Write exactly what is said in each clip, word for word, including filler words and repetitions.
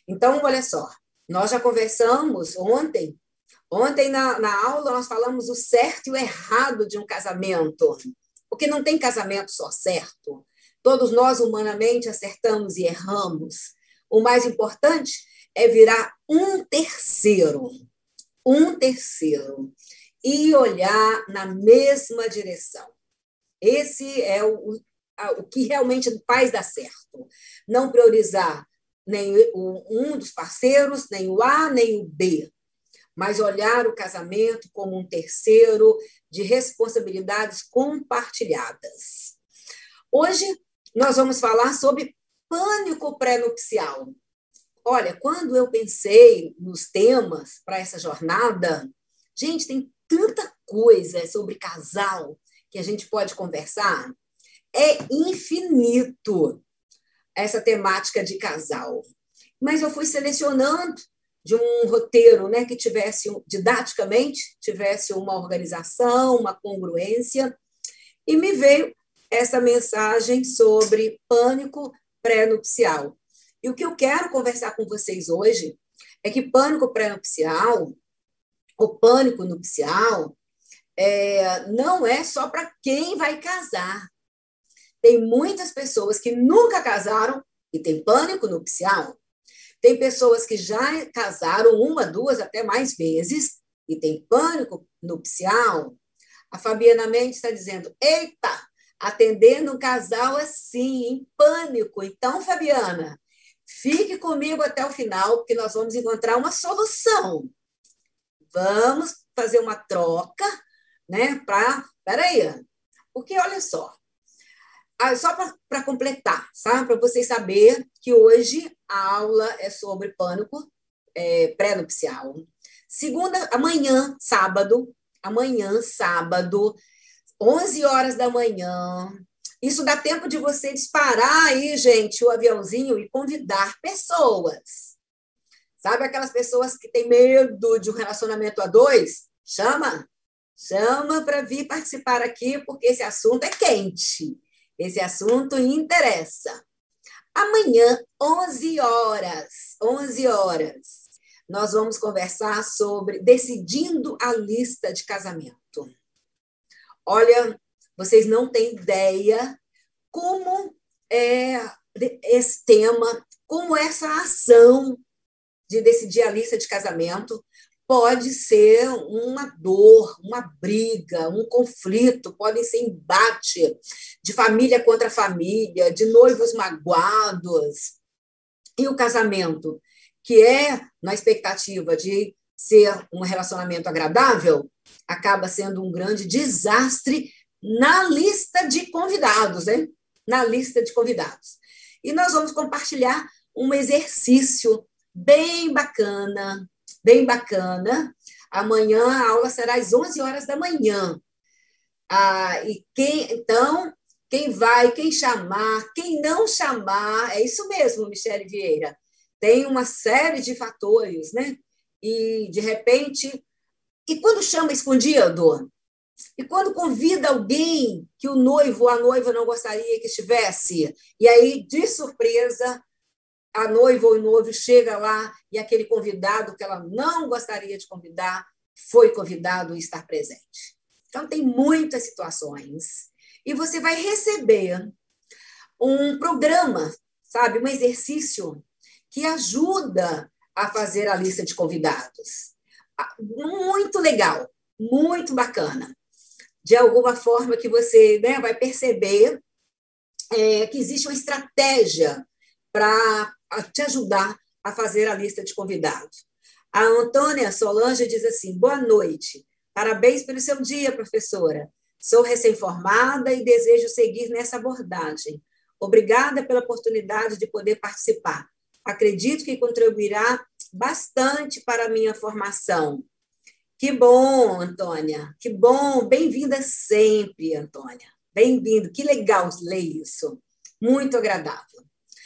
Então, olha só, nós já conversamos ontem, ontem na, na aula nós falamos o certo e o errado de um casamento, porque não tem casamento só certo. Todos nós, humanamente, acertamos e erramos. O mais importante é virar um terceiro, um terceiro, e olhar na mesma direção. Esse é o, o que realmente faz dar certo. Não priorizar nem o, um dos parceiros, nem o A, nem o B, mas olhar o casamento como um terceiro de responsabilidades compartilhadas. Hoje, nós vamos falar sobre pânico pré-nupcial. Olha, quando eu pensei nos temas para essa jornada, gente, tem tanta coisa sobre casal que a gente pode conversar. É infinito essa temática de casal. Mas eu fui selecionando de um roteiro, né, que tivesse, didaticamente, tivesse uma organização, uma congruência, e me veio essa mensagem sobre pânico pré-nupcial. E o que eu quero conversar com vocês hoje é que pânico pré-nupcial, o pânico nupcial, é, não é só para quem vai casar. Tem muitas pessoas que nunca casaram e tem pânico nupcial. Tem pessoas que já casaram uma, duas, até mais vezes e tem pânico nupcial. A Fabiana Mendes está dizendo, eita, atendendo um casal assim, em pânico. Então, Fabiana, fique comigo até o final, porque nós vamos encontrar uma solução. Vamos fazer uma troca, né? Para. Peraí, porque olha só, só para completar, sabe? Para vocês saberem que hoje a aula é sobre pânico é, pré-nupcial. Segunda, amanhã, sábado, amanhã, sábado, onze horas da manhã. Isso dá tempo de você disparar aí, gente, o aviãozinho e convidar pessoas. Sabe aquelas pessoas que têm medo de um relacionamento a dois? Chama, chama para vir participar aqui, porque esse assunto é quente. Esse assunto interessa. Amanhã, onze horas, onze horas, nós vamos conversar sobre decidindo a lista de casamento. Olha, vocês não têm ideia como é esse tema, como essa ação de decidir a lista de casamento pode ser uma dor, uma briga, um conflito, podem ser embate de família contra família, de noivos magoados. E o casamento, que é na expectativa de ser um relacionamento agradável, acaba sendo um grande desastre na lista de convidados, hein? Na lista de convidados. E nós vamos compartilhar um exercício bem bacana, bem bacana. Amanhã a aula será às onze horas da manhã. Ah, e quem, então, quem vai, quem chamar, quem não chamar, é isso mesmo, Michele Vieira. Tem uma série de fatores, né? E, de repente, e quando chama escondido? E quando convida alguém que o noivo ou a noiva não gostaria que estivesse? E aí, de surpresa, a noiva ou o noivo chega lá e aquele convidado que ela não gostaria de convidar foi convidado a estar presente. Então, tem muitas situações. E você vai receber um programa, sabe, um exercício que ajuda a fazer a lista de convidados. Muito legal, muito bacana. De alguma forma que você, né, vai perceber é, que existe uma estratégia para te ajudar a fazer a lista de convidados. A Antônia Solange diz assim, boa noite, parabéns pelo seu dia, professora. Sou recém-formada e desejo seguir nessa abordagem. Obrigada pela oportunidade de poder participar. Acredito que contribuirá bastante para a minha formação. Que bom, Antônia, que bom, bem-vinda sempre, Antônia. Bem-vindo, que legal ler isso, muito agradável.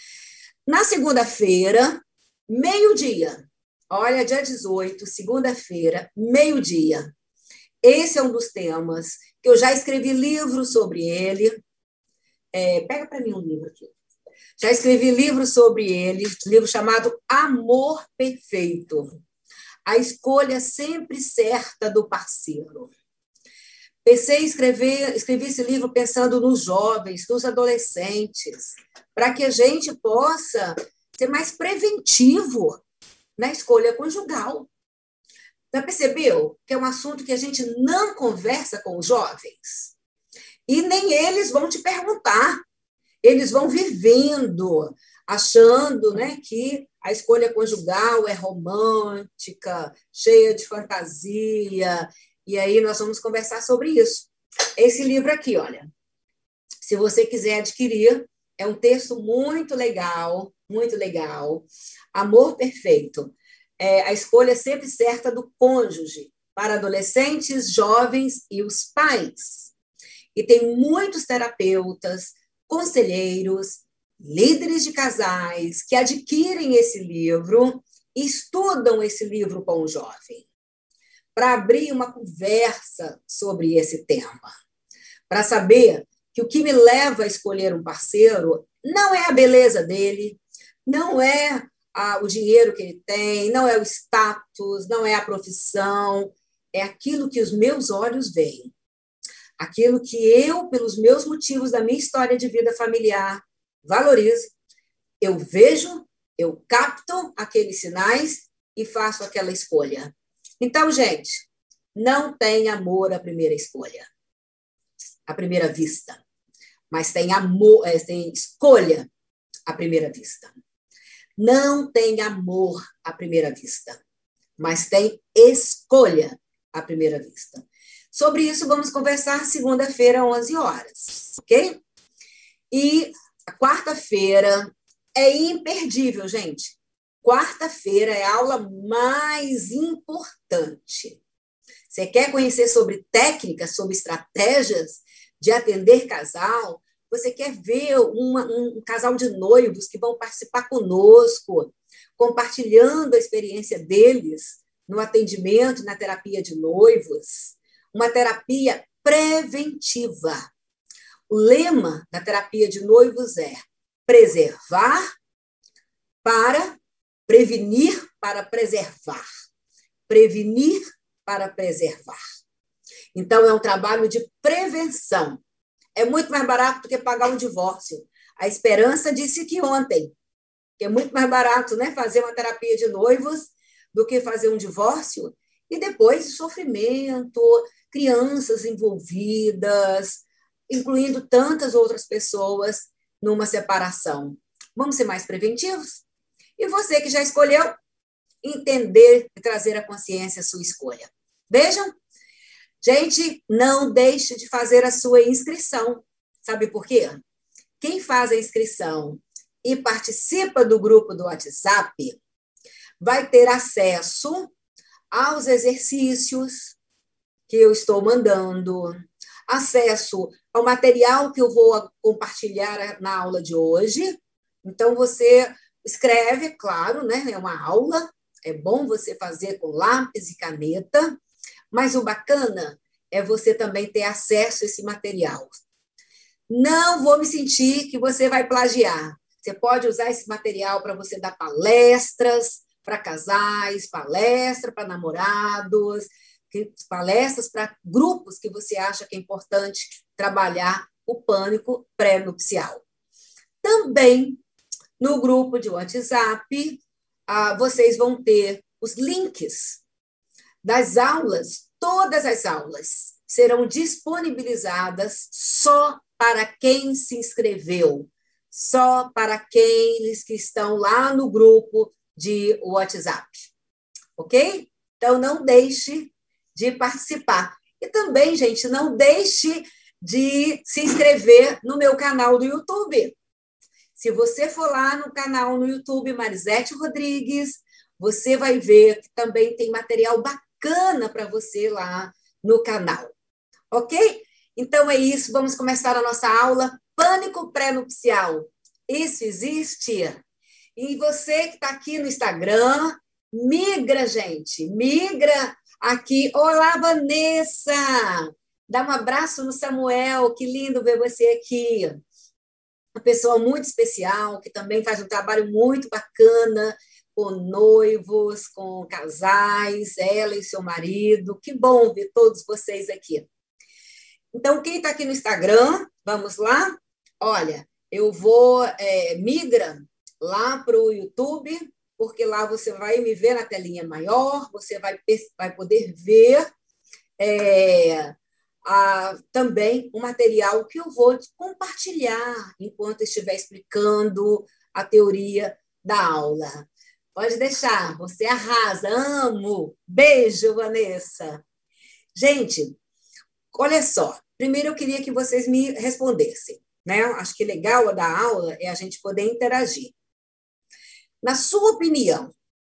Na segunda-feira, meio-dia, olha, dia dezoito, segunda-feira, meio-dia. Esse é um dos temas que eu já escrevi livro sobre ele. É, pega para mim um livro aqui. Já escrevi livro sobre ele, livro chamado Amor Perfeito. A escolha sempre certa do parceiro. Pensei em escrever, escrevi esse livro pensando nos jovens, nos adolescentes, para que a gente possa ser mais preventivo na escolha conjugal. Já percebeu que é um assunto que a gente não conversa com os jovens? E nem eles vão te perguntar. Eles vão vivendo, achando, né, que a escolha conjugal é romântica, cheia de fantasia, e aí nós vamos conversar sobre isso. Esse livro aqui, olha, se você quiser adquirir, é um texto muito legal, muito legal. Amor Perfeito. É a escolha sempre certa do cônjuge para adolescentes, jovens e os pais. E tem muitos terapeutas, conselheiros, líderes de casais que adquirem esse livro e estudam esse livro com o jovem, para abrir uma conversa sobre esse tema, para saber que o que me leva a escolher um parceiro não é a beleza dele, não é a, o dinheiro que ele tem, não é o status, não é a profissão, é aquilo que os meus olhos veem. Aquilo que eu, pelos meus motivos da minha história de vida familiar, valorizo, eu vejo, eu capto aqueles sinais e faço aquela escolha. Então, gente, não tem amor à primeira escolha, à primeira vista, mas tem amor, tem escolha à primeira vista. Não tem amor à primeira vista, mas tem escolha à primeira vista. Sobre isso, vamos conversar segunda-feira, onze horas, ok? E a quarta-feira é imperdível, gente. Quarta-feira é a aula mais importante. Você quer conhecer sobre técnicas, sobre estratégias de atender casal? Você quer ver uma, um casal de noivos que vão participar conosco, compartilhando a experiência deles no atendimento, na terapia de noivos? Uma terapia preventiva. O lema da terapia de noivos é preservar para prevenir para preservar. Prevenir para preservar. Então, é um trabalho de prevenção. É muito mais barato do que pagar um divórcio. A Esperança disse que ontem, que é muito mais barato, né, fazer uma terapia de noivos do que fazer um divórcio. E depois sofrimento, crianças envolvidas, incluindo tantas outras pessoas numa separação. Vamos ser mais preventivos? E você que já escolheu, entender e trazer à consciência a sua escolha. Vejam, gente, não deixe de fazer a sua inscrição. Sabe por quê? Quem faz a inscrição e participa do grupo do WhatsApp vai ter acesso aos exercícios que eu estou mandando, acesso ao material que eu vou compartilhar na aula de hoje. Então, você escreve, claro, né? É uma aula, é bom você fazer com lápis e caneta, mas o bacana é você também ter acesso a esse material. Não vou me sentir que você vai plagiar. Você pode usar esse material para você dar palestras para casais, palestra para namorados, palestras para grupos que você acha que é importante trabalhar o pânico pré-nupcial. Também, no grupo de WhatsApp, ah, vocês vão ter os links das aulas, todas as aulas serão disponibilizadas só para quem se inscreveu, só para aqueles que estão lá no grupo de WhatsApp, ok? Então, não deixe de participar. E também, gente, não deixe de se inscrever no meu canal do YouTube. Se você for lá no canal no YouTube, Marisete Rodrigues, você vai ver que também tem material bacana para você lá no canal. Ok? Então é isso, vamos começar a nossa aula Pânico Pré-Nupcial. Isso existe? E você que está aqui no Instagram, migra, gente, migra aqui. Olá, Vanessa! Dá um abraço no Samuel, que lindo ver você aqui. uma pessoa muito especial, que também faz um trabalho muito bacana com noivos, com casais, ela e seu marido. Que bom ver todos vocês aqui. Então, quem está aqui no Instagram, vamos lá? Olha, eu vou, é, migra lá para o YouTube, porque lá você vai me ver na telinha maior, você vai, vai poder ver é, a, também o material que eu vou compartilhar enquanto estiver explicando a teoria da aula. Pode deixar, você arrasa, amo. Beijo, Vanessa. Gente, olha só, primeiro eu queria que vocês me respondessem, né? Acho que legal da aula é a gente poder interagir. Na sua opinião,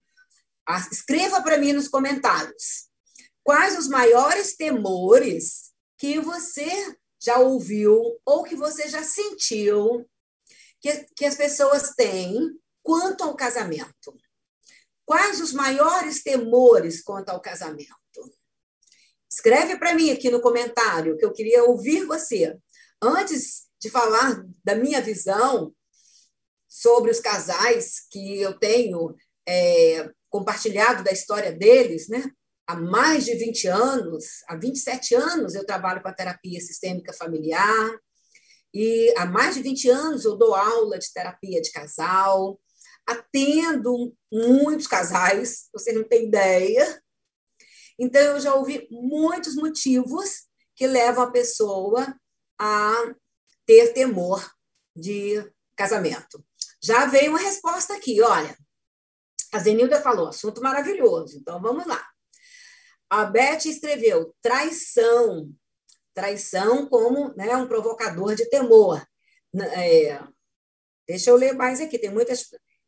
escreva para mim nos comentários quais os maiores temores que você já ouviu ou que você já sentiu que, que as pessoas têm quanto ao casamento. Quais os maiores temores quanto ao casamento? Escreve para mim aqui no comentário, que eu queria ouvir você. Antes de falar da minha visão sobre os casais que eu tenho é, compartilhado da história deles, né? Há mais de vinte anos, há vinte e sete anos eu trabalho com a terapia sistêmica familiar, e há mais de vinte anos eu dou aula de terapia de casal, atendo muitos casais, você não tem ideia. Então, eu já ouvi muitos motivos que levam a pessoa a ter temor de casamento. Já veio uma resposta aqui, olha. A Zenilda falou, assunto maravilhoso, então vamos lá. A Beth escreveu, traição. Traição como, né, um provocador de temor. É, deixa eu ler mais aqui, tem muitas...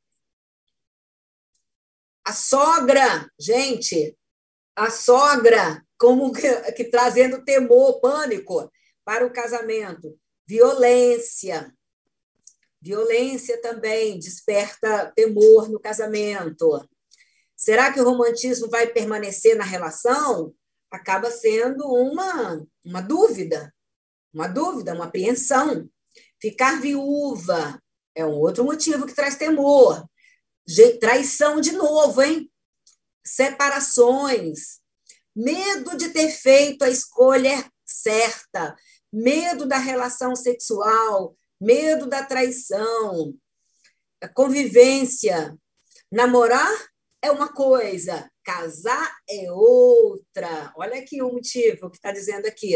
A sogra, gente, a sogra, como que, que trazendo temor, pânico para o casamento. Violência. Violência também desperta temor no casamento. Será que o romantismo vai permanecer na relação? Acaba sendo uma, uma dúvida, uma dúvida, uma apreensão. Ficar viúva é um outro motivo que traz temor. Traição de novo, hein? Separações, medo de ter feito a escolha certa, medo da relação sexual, medo da traição, a convivência. Namorar é uma coisa, casar é outra. Olha aqui o motivo que está dizendo aqui.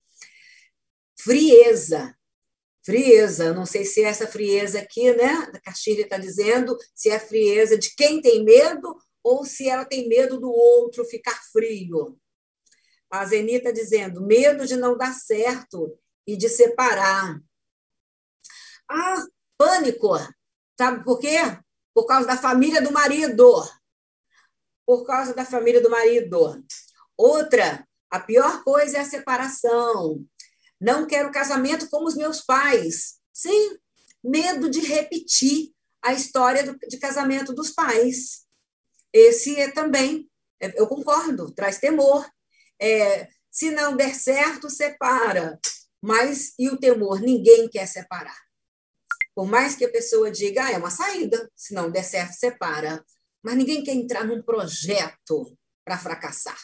Frieza. Frieza, não sei se é essa frieza aqui, né? A Castilha está dizendo se é frieza de quem tem medo ou se ela tem medo do outro ficar frio. A Zeni está dizendo medo de não dar certo e de separar. Ah, pânico. Sabe por quê? Por causa da família do marido. Por causa da família do marido. Outra, a pior coisa é a separação. Não quero casamento como os meus pais. Sim, medo de repetir a história do, de casamento dos pais. Esse é também, eu concordo, traz temor. É, se não der certo, separa. Mas e o temor? Ninguém quer separar. Por mais que a pessoa diga, ah, é uma saída, se não der certo, separa. Mas ninguém quer entrar num projeto para fracassar.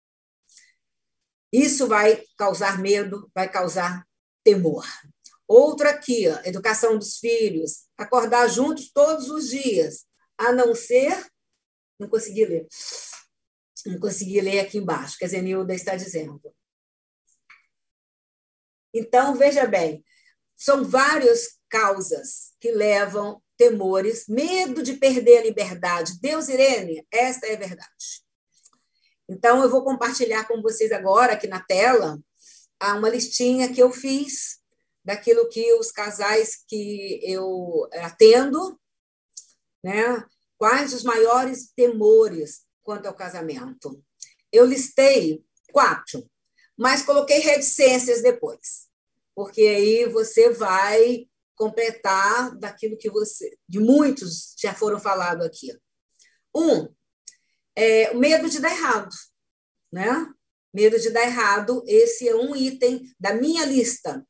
Isso vai causar medo, vai causar temor. Outro aqui, ó, educação dos filhos, acordar juntos todos os dias, a não ser... Não consegui ler. Não consegui ler aqui embaixo, que a Zenilda está dizendo. Então, veja bem, são várias causas que levam temores, medo de perder a liberdade. Deus, Irene, esta é a verdade. Então, eu vou compartilhar com vocês agora, aqui na tela, uma listinha que eu fiz daquilo que os casais que eu atendo, né? Quais os maiores temores quanto ao casamento. Eu listei quatro, mas coloquei reticências depois, porque aí você vai completar daquilo que você, de muitos já foram falados aqui. Um, é o medo de dar errado, né? Medo de dar errado, esse é um item da minha lista.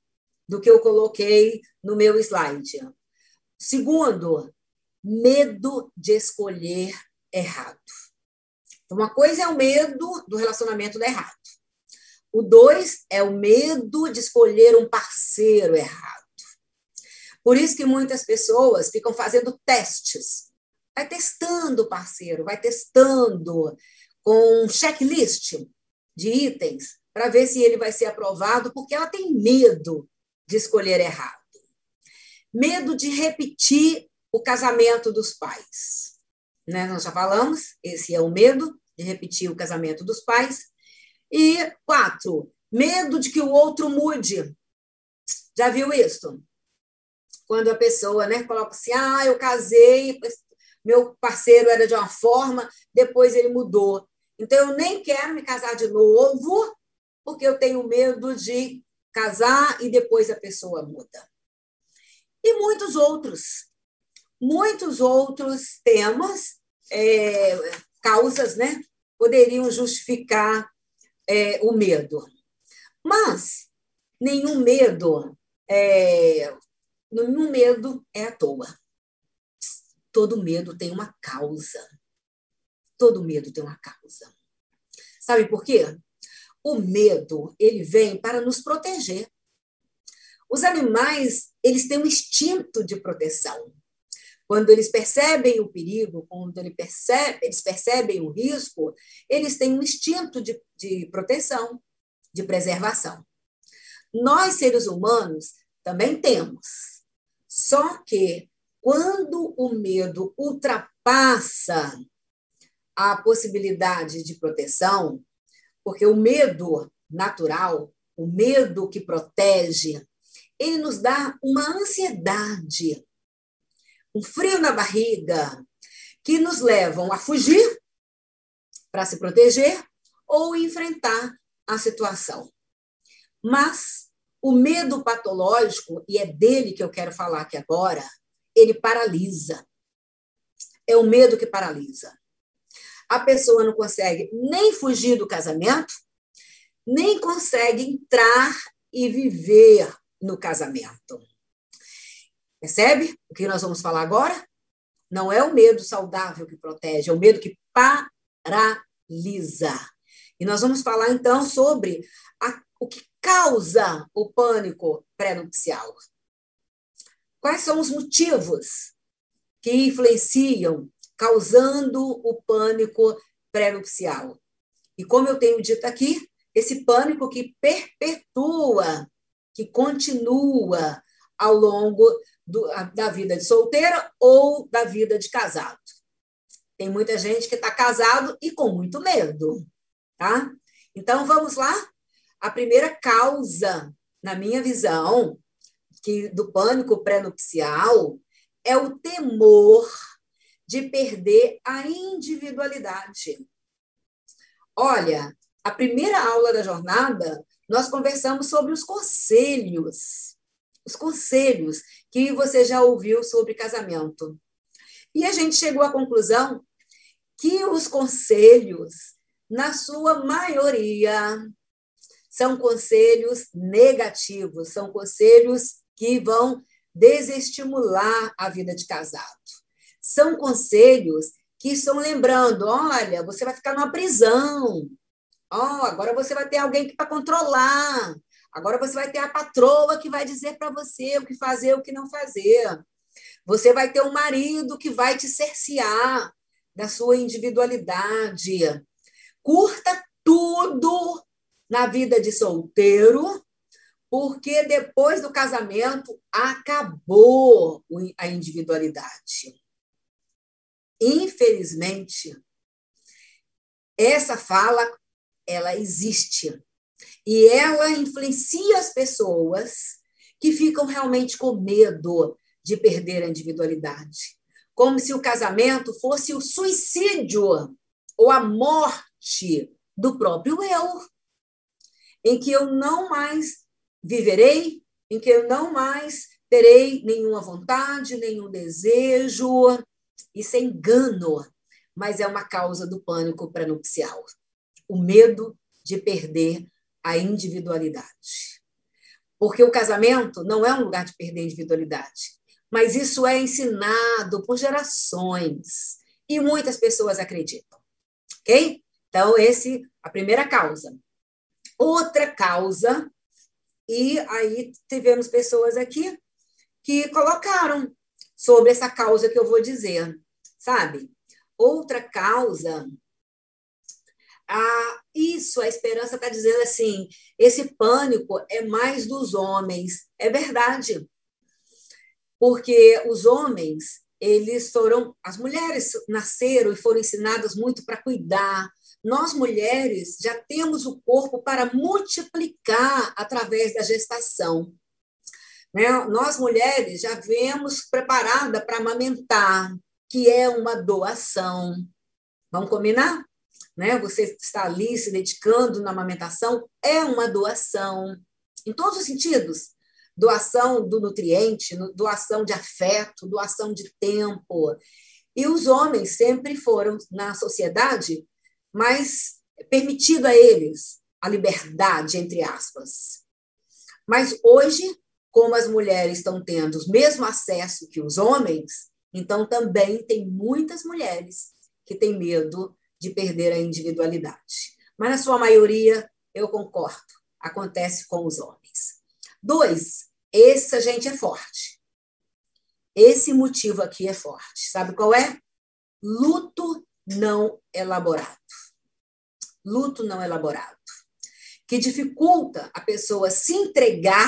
do que eu coloquei no meu slide. Segundo, medo de escolher errado. Uma coisa é o medo do relacionamento dar errado. O dois é o medo de escolher um parceiro errado. Por isso que muitas pessoas ficam fazendo testes. Vai testando o parceiro, vai testando com um checklist de itens para ver se ele vai ser aprovado, porque ela tem medo de escolher errado. Medo de repetir o casamento dos pais. Né? Nós já falamos, esse é o medo de repetir o casamento dos pais. E quatro, medo de que o outro mude. Já viu isso? Quando a pessoa, né, coloca assim, ah, eu casei, meu parceiro era de uma forma, depois ele mudou. Então, eu nem quero me casar de novo, porque eu tenho medo de casar e depois a pessoa muda. E muitos outros, muitos outros temas, é, causas, né, poderiam justificar é, o medo. Mas nenhum medo é, nenhum medo é à toa. Todo medo tem uma causa. Todo medo tem uma causa. Sabe por quê? O medo, ele vem para nos proteger. Os animais, eles têm um instinto de proteção. Quando eles percebem o perigo, quando eles percebem, eles percebem o risco, eles têm um instinto de, de proteção, de preservação. Nós, seres humanos, também temos. Só que, quando o medo ultrapassa a possibilidade de proteção, porque o medo natural, o medo que protege, ele nos dá uma ansiedade, um frio na barriga, que nos levam a fugir para se proteger ou enfrentar a situação. Mas o medo patológico, e é dele que eu quero falar aqui agora, ele paralisa. É o medo que paralisa. A pessoa não consegue nem fugir do casamento, nem consegue entrar e viver no casamento. Percebe o que nós vamos falar agora? Não é o medo saudável que protege, é o medo que paralisa. E nós vamos falar, então, sobre a, o que causa o pânico pré-nupcial. Quais são os motivos que influenciam, causando o pânico pré-nupcial? E como eu tenho dito aqui, esse pânico que perpetua, que continua ao longo do, da vida de solteira ou da vida de casado. Tem muita gente que está casado e com muito medo, tá? Então, vamos lá? A primeira causa, na minha visão, que, do pânico pré-nupcial é o temor de perder a individualidade. Olha, a primeira aula da jornada, nós conversamos sobre os conselhos, os conselhos que você já ouviu sobre casamento. E a gente chegou à conclusão que os conselhos, na sua maioria, são conselhos negativos, são conselhos que vão desestimular a vida de casado. São conselhos que estão lembrando, olha, você vai ficar numa prisão, oh, agora você vai ter alguém para controlar, agora você vai ter a patroa que vai dizer para você o que fazer e o que não fazer. Você vai ter um marido que vai te cercear da sua individualidade. Curta tudo na vida de solteiro, porque depois do casamento acabou a individualidade. Infelizmente, essa fala, ela existe. E ela influencia as pessoas que ficam realmente com medo de perder a individualidade. Como se o casamento fosse o suicídio ou a morte do próprio eu, em que eu não mais viverei, em que eu não mais terei nenhuma vontade, nenhum desejo. Isso é engano, mas é uma causa do pânico pré-nupcial. O medo de perder a individualidade. Porque o casamento não é um lugar de perder a individualidade, mas isso é ensinado por gerações e muitas pessoas acreditam, ok? Então, esse é a primeira causa. Outra causa, e aí tivemos pessoas aqui que colocaram sobre essa causa que eu vou dizer, sabe? Outra causa, ah, isso, a esperança está dizendo assim, esse pânico é mais dos homens. É verdade, porque os homens, eles foram, as mulheres nasceram e foram ensinadas muito para cuidar. Nós, mulheres, já temos o corpo para multiplicar através da gestação. Né? Nós, mulheres, já vemos preparada para amamentar, que é uma doação. Vamos combinar? Né? Você está ali se dedicando na amamentação, é uma doação, em todos os sentidos. Doação do nutriente, doação de afeto, doação de tempo. E os homens sempre foram, na sociedade, mais permitido a eles a liberdade, entre aspas. Mas hoje, como as mulheres estão tendo o mesmo acesso que os homens, então também tem muitas mulheres que têm medo de perder a individualidade. Mas, na sua maioria, eu concordo, acontece com os homens. Dois, essa gente é forte. Esse motivo aqui é forte. Sabe qual é? Luto não elaborado. Luto não elaborado. Que dificulta a pessoa se entregar,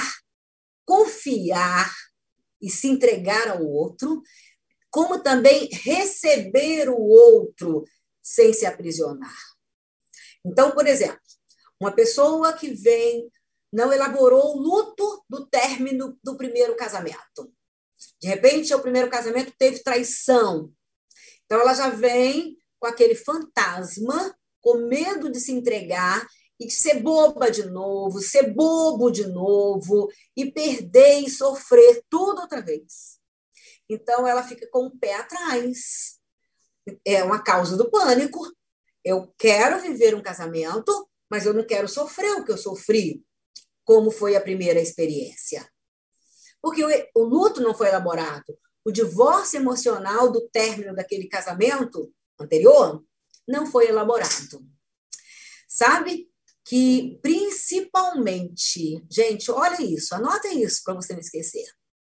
confiar e se entregar ao outro, como também receber o outro sem se aprisionar. Então, por exemplo, uma pessoa que vem, não elaborou o luto do término do primeiro casamento. De repente, o primeiro casamento teve traição. Então, ela já vem com aquele fantasma, com medo de se entregar e de ser boba de novo, ser bobo de novo, e perder e sofrer tudo outra vez. Então, ela fica com o pé atrás. É uma causa do pânico. Eu quero viver um casamento, mas eu não quero sofrer o que eu sofri, como foi a primeira experiência. Porque o luto não foi elaborado. O divórcio emocional do término daquele casamento anterior não foi elaborado. Sabe que, principalmente, gente, olha isso, anota isso para você não esquecer.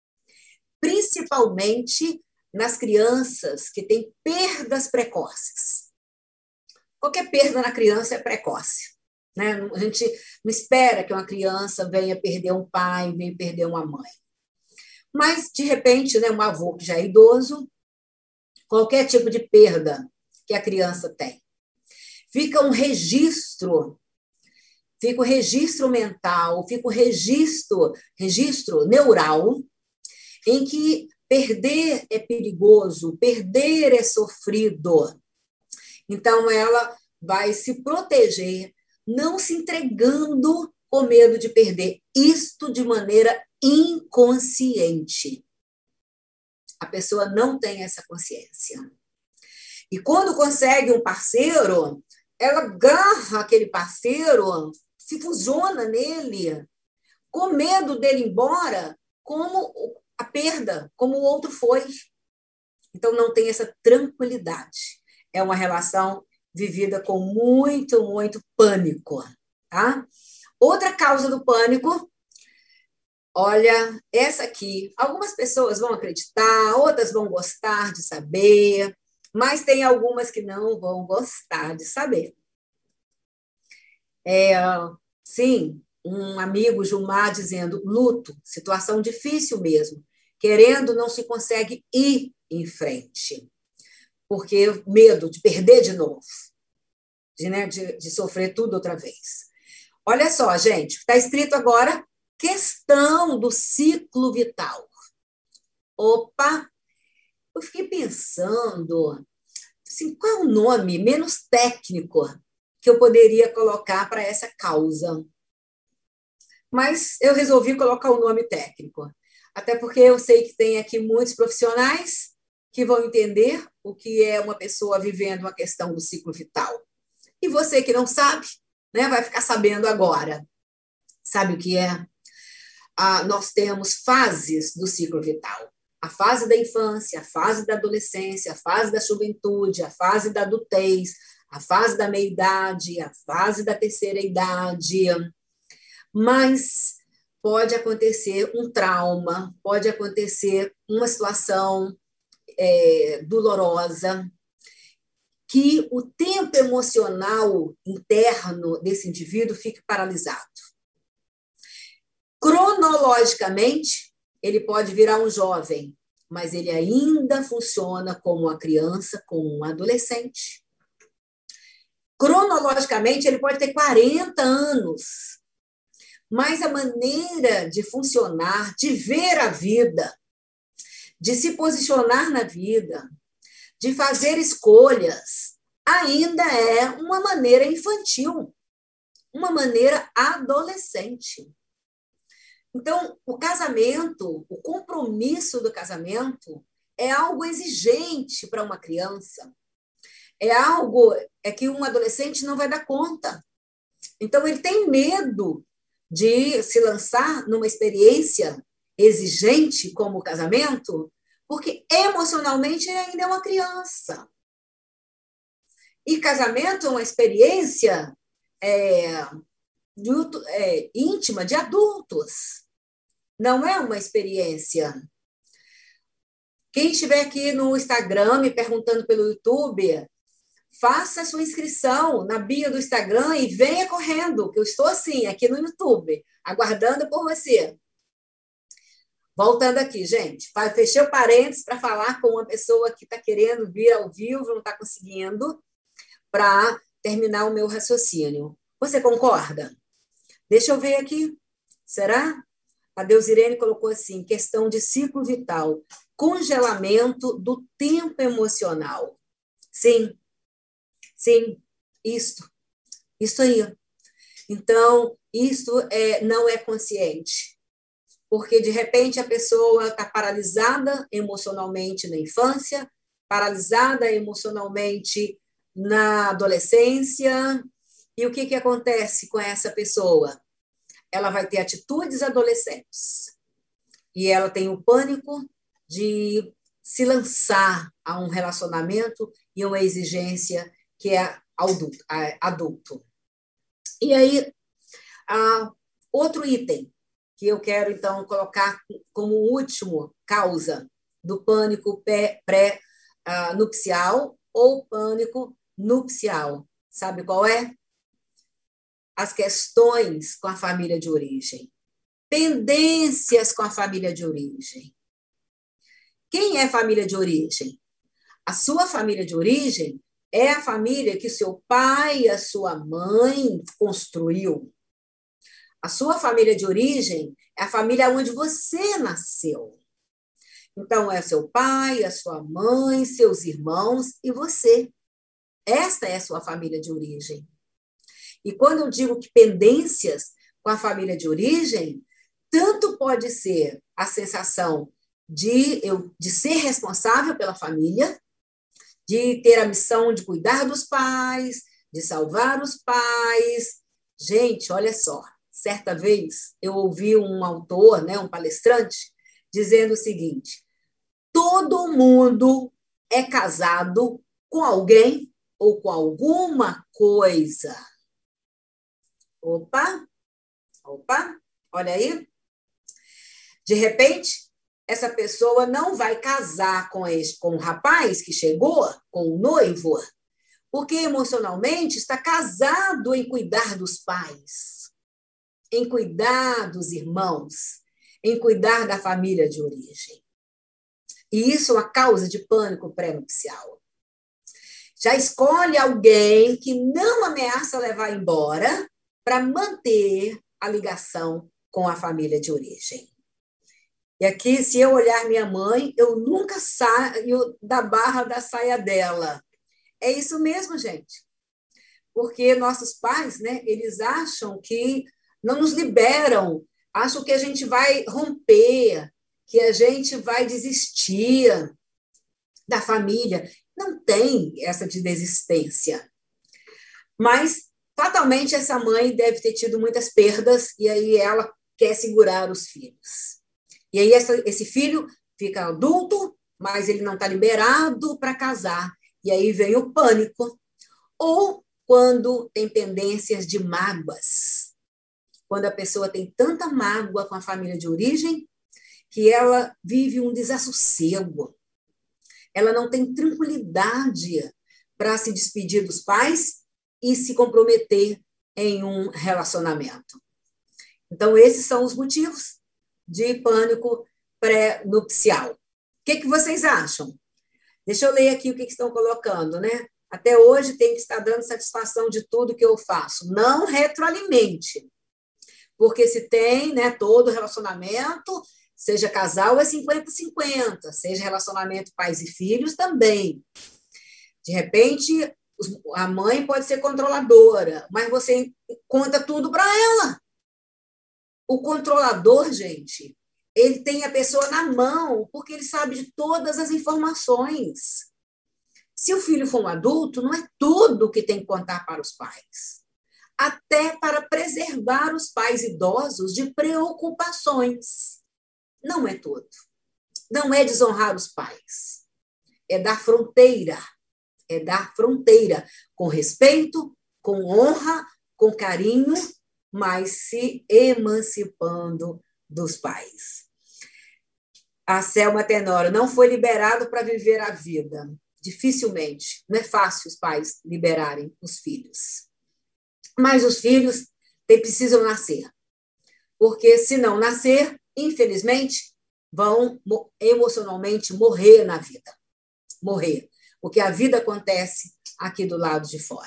Principalmente nas crianças que têm perdas precoces. Qualquer perda na criança é precoce. Né? A gente não espera que uma criança venha perder um pai, venha perder uma mãe. Mas, de repente, né, um avô que já é idoso, qualquer tipo de perda que a criança tem. Fica um registro, fica o registro mental, fica o registro, registro neural, em que perder é perigoso, perder é sofrido. Então, ela vai se proteger, não se entregando com medo de perder. Isto de maneira inconsciente. A pessoa não tem essa consciência. E quando consegue um parceiro, ela agarra aquele parceiro, se fusiona nele, com medo dele ir embora, como a perda, como o outro foi. Então, não tem essa tranquilidade. É uma relação vivida com muito, muito pânico. Tá? Outra causa do pânico, olha, essa aqui, algumas pessoas vão acreditar, outras vão gostar de saber, mas tem algumas que não vão gostar de saber. É, sim, um amigo, Gilmar, dizendo, luto, situação difícil mesmo, querendo não se consegue ir em frente, porque medo de perder de novo, de, né, de, de sofrer tudo outra vez. Olha só, gente, está escrito agora, questão do ciclo vital. Opa, eu fiquei pensando, assim, qual é o nome menos técnico que eu poderia colocar para essa causa? Mas eu resolvi colocar o nome técnico, até porque eu sei que tem aqui muitos profissionais que vão entender o que é uma pessoa vivendo uma questão do ciclo vital. E você que não sabe, né, vai ficar sabendo agora. Sabe o que é? ah, nós temos fases do ciclo vital. A fase da infância, a fase da adolescência, a fase da juventude, a fase da adultez, a fase da meia-idade, a fase da terceira idade. Mas pode acontecer um trauma, pode acontecer uma situação é, dolorosa, que o tempo emocional interno desse indivíduo fique paralisado. Cronologicamente, ele pode virar um jovem, mas ele ainda funciona como uma criança, como um adolescente. Cronologicamente, ele pode ter quarenta anos, mas a maneira de funcionar, de ver a vida, de se posicionar na vida, de fazer escolhas, ainda é uma maneira infantil, uma maneira adolescente. Então, o casamento, o compromisso do casamento é algo exigente para uma criança. É algo é que um adolescente não vai dar conta. Então, ele tem medo de se lançar numa experiência exigente como o casamento, porque emocionalmente ele ainda é uma criança. E casamento é uma experiência é, de, é, íntima de adultos. Não é uma experiência. Quem estiver aqui no Instagram me perguntando pelo YouTube, faça a sua inscrição na bio do Instagram e venha correndo, que eu estou assim, aqui no YouTube, aguardando por você. Voltando aqui, gente, fechei o parênteses para falar com uma pessoa que está querendo vir ao vivo, não está conseguindo, para terminar o meu raciocínio. Você concorda? Deixa eu ver aqui. Será? A Deusirene colocou assim, questão de ciclo vital, congelamento do tempo emocional. Sim, sim, isto, isso aí. Então, isso é, não é consciente, porque, de repente, a pessoa está paralisada emocionalmente na infância, paralisada emocionalmente na adolescência, e o que, que acontece com essa pessoa? Ela vai ter atitudes adolescentes, e ela tem o pânico de se lançar a um relacionamento e uma exigência que é adulto. adulto. E aí, ah, outro item que eu quero, então, colocar como último causa do pânico pré-nupcial ou pânico nupcial. Sabe qual é? As questões com a família de origem. Pendências com a família de origem. Quem é família de origem? A sua família de origem é a família que seu pai e a sua mãe construiu. A sua família de origem é a família onde você nasceu. Então, é seu pai, a sua mãe, seus irmãos e você. Esta é a sua família de origem. E quando eu digo que pendências com a família de origem, tanto pode ser a sensação de, eu, de ser responsável pela família, de ter a missão de cuidar dos pais, de salvar os pais. Gente, olha só, certa vez eu ouvi um autor, né, um palestrante, dizendo o seguinte: todo mundo é casado com alguém ou com alguma coisa. Opa, opa, olha aí. De repente, essa pessoa não vai casar com, esse, com o rapaz que chegou, com o noivo, porque emocionalmente está casado em cuidar dos pais, em cuidar dos irmãos, em cuidar da família de origem. E isso é uma causa de pânico pré-nupcial. Já escolhe alguém que não ameaça levar embora para manter a ligação com a família de origem. E aqui, se eu olhar minha mãe, eu nunca saio da barra da saia dela. É isso mesmo, gente. Porque nossos pais, né, eles acham que não nos liberam, acham que a gente vai romper, que a gente vai desistir da família. Não tem essa de desistência. Mas, fatalmente, essa mãe deve ter tido muitas perdas, e aí ela quer segurar os filhos. E aí essa, esse filho fica adulto, mas ele não está liberado para casar. E aí vem o pânico. Ou quando tem pendências de mágoas. Quando a pessoa tem tanta mágoa com a família de origem que ela vive um desassossego. Ela não tem tranquilidade para se despedir dos pais e se comprometer em um relacionamento. Então, esses são os motivos de pânico pré-nupcial. O que, que vocês acham? Deixa eu ler aqui o que, que estão colocando, né? Até hoje tem que estar dando satisfação de tudo que eu faço. Não retroalimente. Porque se tem, né, todo relacionamento, seja casal é cinquenta a cinquenta, seja relacionamento pais e filhos também. De repente, a mãe pode ser controladora, mas você conta tudo para ela. O controlador, gente, ele tem a pessoa na mão, porque ele sabe de todas as informações. Se o filho for um adulto, não é tudo que tem que contar para os pais. Até para preservar os pais idosos de preocupações. Não é tudo. Não é desonrar os pais. É dar fronteira. É dar fronteira com respeito, com honra, com carinho, mas se emancipando dos pais. A Selma Tenório não foi liberado para viver a vida. Dificilmente. Não é fácil os pais liberarem os filhos. Mas os filhos precisam nascer. Porque se não nascer, infelizmente, vão emocionalmente morrer na vida. Morrer. Porque a vida acontece aqui do lado de fora.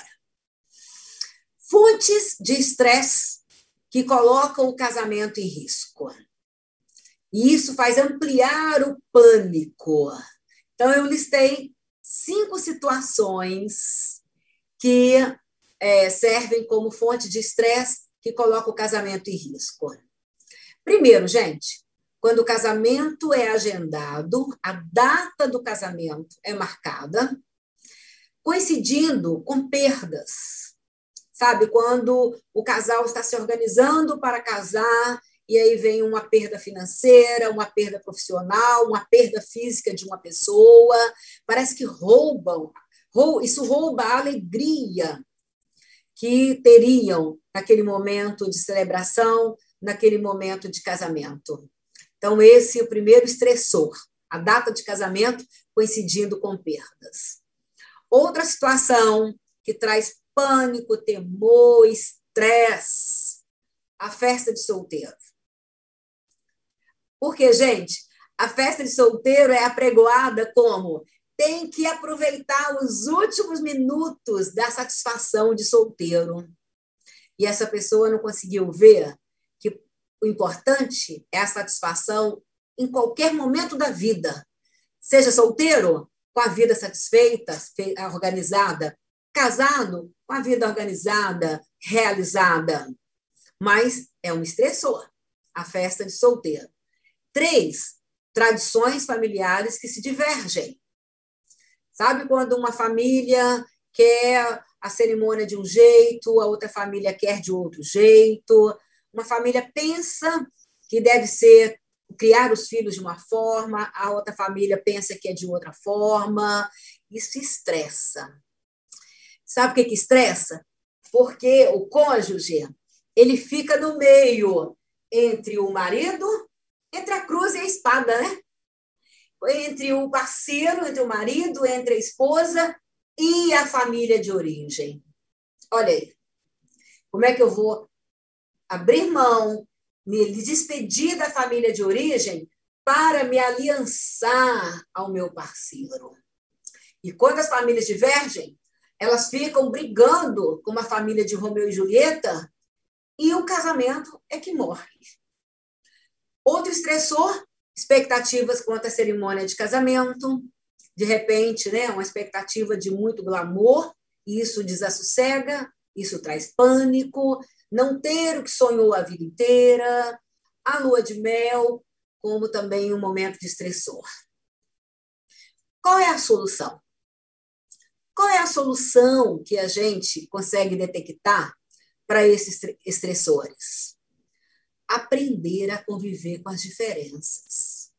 Fontes de estresse que colocam o casamento em risco. E isso faz ampliar o pânico. Então, eu listei cinco situações que é, servem como fonte de estresse que coloca o casamento em risco. Primeiro, gente, quando o casamento é agendado, a data do casamento é marcada, coincidindo com perdas. Sabe, quando o casal está se organizando para casar, e aí vem uma perda financeira, uma perda profissional, uma perda física de uma pessoa, parece que roubam, isso rouba a alegria que teriam naquele momento de celebração, naquele momento de casamento. Então, esse é o primeiro estressor, a data de casamento coincidindo com perdas. Outra situação que traz pânico, temor, estresse, a festa de solteiro. Porque, gente, a festa de solteiro é apregoada como tem que aproveitar os últimos minutos da satisfação de solteiro. E essa pessoa não conseguiu ver que o importante é a satisfação em qualquer momento da vida. Seja solteiro, com a vida satisfeita, organizada, casado, com a vida organizada, realizada. Mas é um estressor, a festa de solteiro. Três, tradições familiares que se divergem. Sabe quando uma família quer a cerimônia de um jeito, a outra família quer de outro jeito, uma família pensa que deve ser criar os filhos de uma forma, a outra família pensa que é de outra forma, isso estressa. Sabe o que que estressa? Porque o cônjuge, ele fica no meio entre o marido, entre a cruz e a espada, né? Entre o parceiro, entre o marido, entre a esposa e a família de origem. Olha aí, como é que eu vou abrir mão, me despedir da família de origem para me aliançar ao meu parceiro? E quando as famílias divergem, elas ficam brigando com a família de Romeu e Julieta e o casamento é que morre. Outro estressor, expectativas quanto à cerimônia de casamento, de repente, né, uma expectativa de muito glamour, e isso desassossega, isso traz pânico, não ter o que sonhou a vida inteira, a lua de mel, como também um momento de estressor. Qual é a solução? Qual é a solução que a gente consegue detectar para esses estressores? aprender a conviver com as diferenças.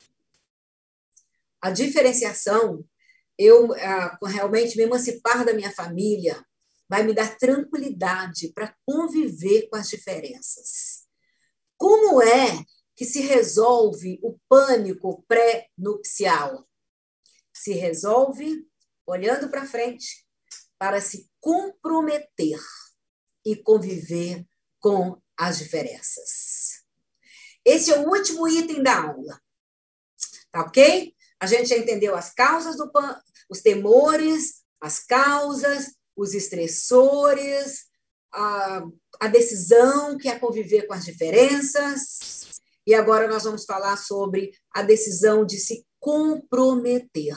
A diferenciação, eu ah, realmente me emancipar da minha família, vai me dar tranquilidade para conviver com as diferenças. Como é que se resolve o pânico pré-nupcial? Se resolve olhando para frente, para se comprometer e conviver com as diferenças. Esse é o último item da aula. Tá ok? A gente já entendeu as causas do pânico, os temores, as causas, os estressores, a, a decisão que é conviver com as diferenças. E agora nós vamos falar sobre a decisão de se comprometer.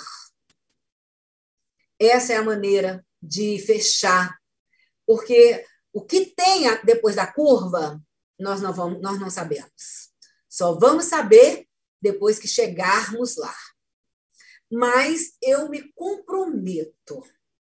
Essa é a maneira de fechar, porque o que tem depois da curva, nós não, vamos, nós não sabemos. Só vamos saber depois que chegarmos lá. Mas eu me comprometo.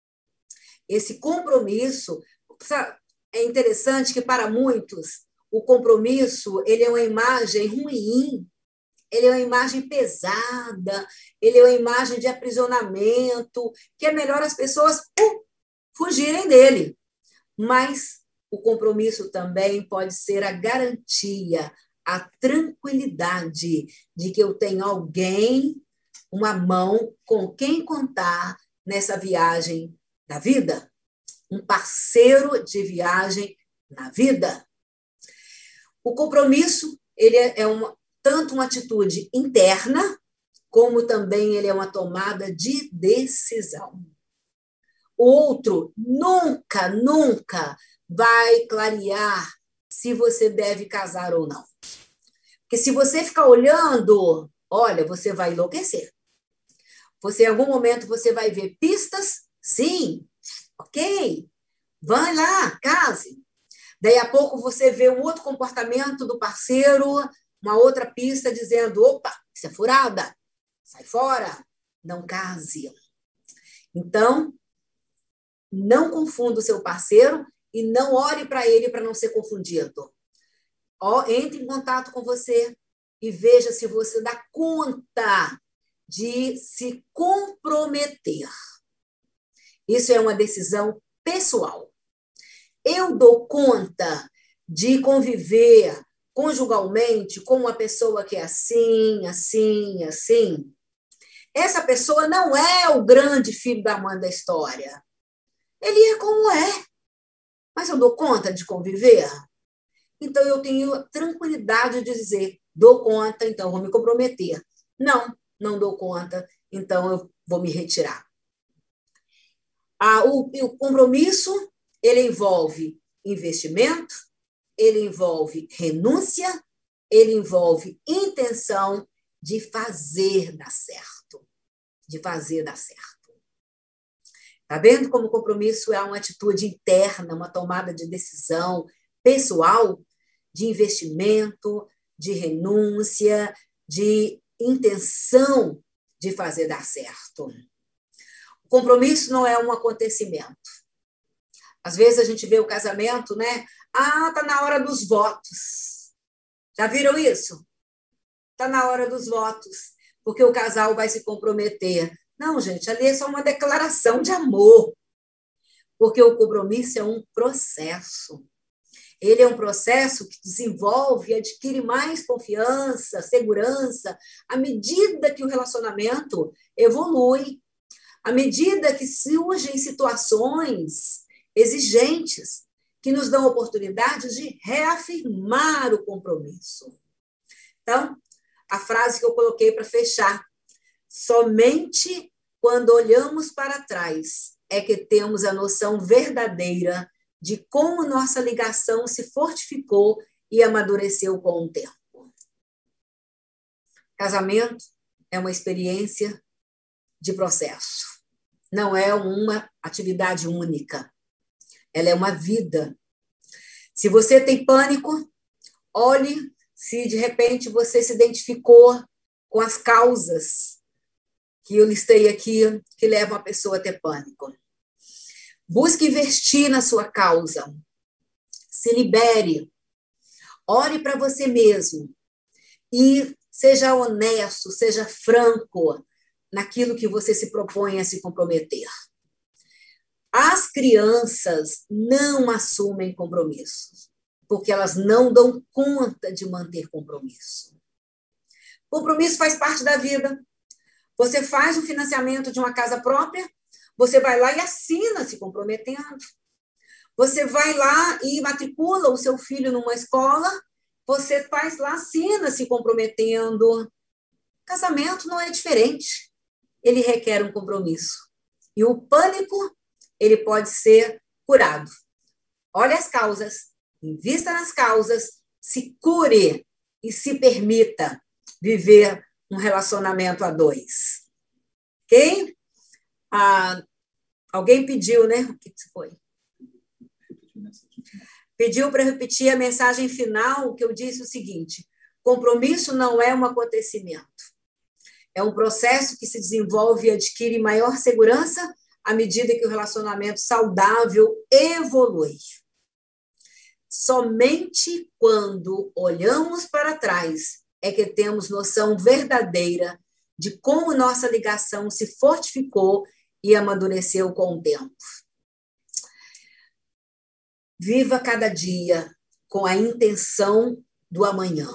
Esse compromisso, é interessante que para muitos, o compromisso ele é uma imagem ruim, ele é uma imagem pesada, ele é uma imagem de aprisionamento, que é melhor as pessoas uh, fugirem dele. Mas o compromisso também pode ser a garantia, a tranquilidade de que eu tenho alguém, uma mão com quem contar nessa viagem da vida, um parceiro de viagem na vida. O compromisso, ele é uma, tanto uma atitude interna, como também ele é uma tomada de decisão. O outro nunca, nunca vai clarear se você deve casar ou não. Porque se você ficar olhando, olha, você vai enlouquecer. Você, em algum momento, você vai ver pistas, sim, ok, vai lá, case. Daí a pouco você vê um outro comportamento do parceiro, uma outra pista dizendo, opa, isso é furada, sai fora, não case. Então, não confunda o seu parceiro e não ore para ele para não ser confundido. Ó, entre em contato com você e veja se você dá conta de se comprometer. Isso é uma decisão pessoal. Eu dou conta de conviver conjugalmente com uma pessoa que é assim, assim, assim. Essa pessoa não é o grande filho da mãe da história. Ele é como é. Mas eu dou conta de conviver? Então, eu tenho tranquilidade de dizer, dou conta, então vou me comprometer. Não, não dou conta, então eu vou me retirar. Ah, o, o compromisso, ele envolve investimento, ele envolve renúncia, ele envolve intenção de fazer dar certo. De fazer dar certo. Está vendo como o compromisso é uma atitude interna, uma tomada de decisão pessoal, de investimento, de renúncia, de intenção de fazer dar certo. O compromisso não é um acontecimento. Às vezes a gente vê o casamento, né? Ah, tá na hora dos votos. Já viram isso? Tá na hora dos votos, porque o casal vai se comprometer. Não, gente, ali é só uma declaração de amor, porque o compromisso é um processo. Ele é um processo que desenvolve e adquire mais confiança, segurança, à medida que o relacionamento evolui, à medida que surgem situações exigentes que nos dão oportunidade de reafirmar o compromisso. Então, a frase que eu coloquei para fechar: somente quando olhamos para trás é que temos a noção verdadeira de como nossa ligação se fortificou e amadureceu com o tempo. Casamento é uma experiência de processo. Não é uma atividade única. Ela é uma vida. Se você tem pânico, olhe se de repente você se identificou com as causas que eu listei aqui, que levam a pessoa a ter pânico. Busque investir na sua causa. Se libere. Olhe para você mesmo e seja honesto, seja franco naquilo que você se propõe a se comprometer. As crianças não assumem compromissos, porque elas não dão conta de manter compromisso. Compromisso faz parte da vida. Você faz o financiamento de uma casa própria, você vai lá e assina se comprometendo. Você vai lá e matricula o seu filho numa escola, você faz lá, assina se comprometendo. Casamento não é diferente. Ele requer um compromisso. E o pânico, ele pode ser curado. Olhe as causas, invista nas causas, se cure e se permita viver um relacionamento a dois. Ok? Ah, alguém pediu, né? O que foi? Pediu para repetir a mensagem final, que eu disse o seguinte: compromisso não é um acontecimento. É um processo que se desenvolve e adquire maior segurança à medida que o relacionamento saudável evolui. Somente quando olhamos para trás é que temos noção verdadeira de como nossa ligação se fortificou e amadureceu com o tempo. Viva cada dia com a intenção do amanhã.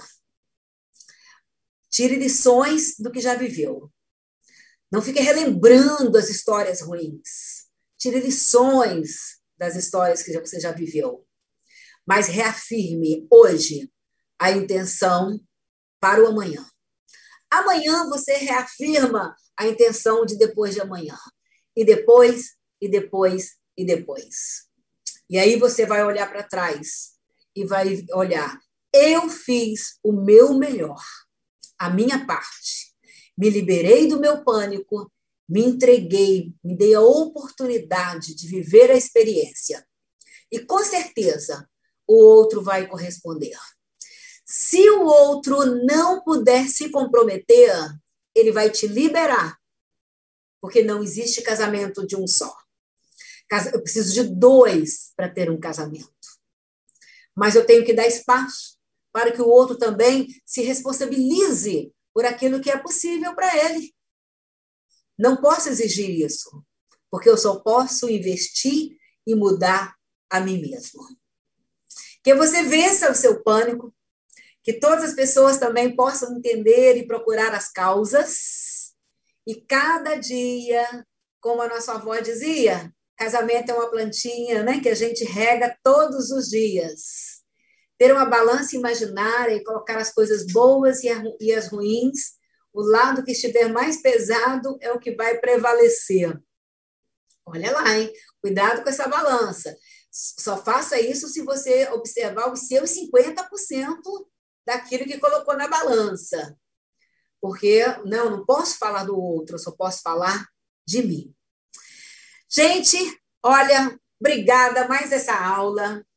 Tire lições do que já viveu. Não fique relembrando as histórias ruins. Tire lições das histórias que você já viveu. Mas reafirme hoje a intenção para o amanhã. Amanhã você reafirma a intenção de depois de amanhã. E depois, e depois, e depois. E aí você vai olhar para trás e vai olhar: eu fiz o meu melhor, a minha parte. Me liberei do meu pânico, me entreguei, me dei a oportunidade de viver a experiência. E com certeza o outro vai corresponder. Se o outro não puder se comprometer, ele vai te liberar, porque não existe casamento de um só. Eu preciso de dois para ter um casamento. Mas eu tenho que dar espaço para que o outro também se responsabilize por aquilo que é possível para ele. Não posso exigir isso, porque eu só posso investir e mudar a mim mesmo. Que você vença o seu pânico, que todas as pessoas também possam entender e procurar as causas, e cada dia, como a nossa avó dizia, casamento é uma plantinha, né, que a gente rega todos os dias. Ter uma balança imaginária e colocar as coisas boas e as ruins, o lado que estiver mais pesado é o que vai prevalecer. Olha lá, hein? Cuidado com essa balança. Só faça isso se você observar os seus cinquenta por cento daquilo que colocou na balança. Porque não, não posso falar do outro, eu só posso falar de mim. Gente, olha, obrigada mais essa aula.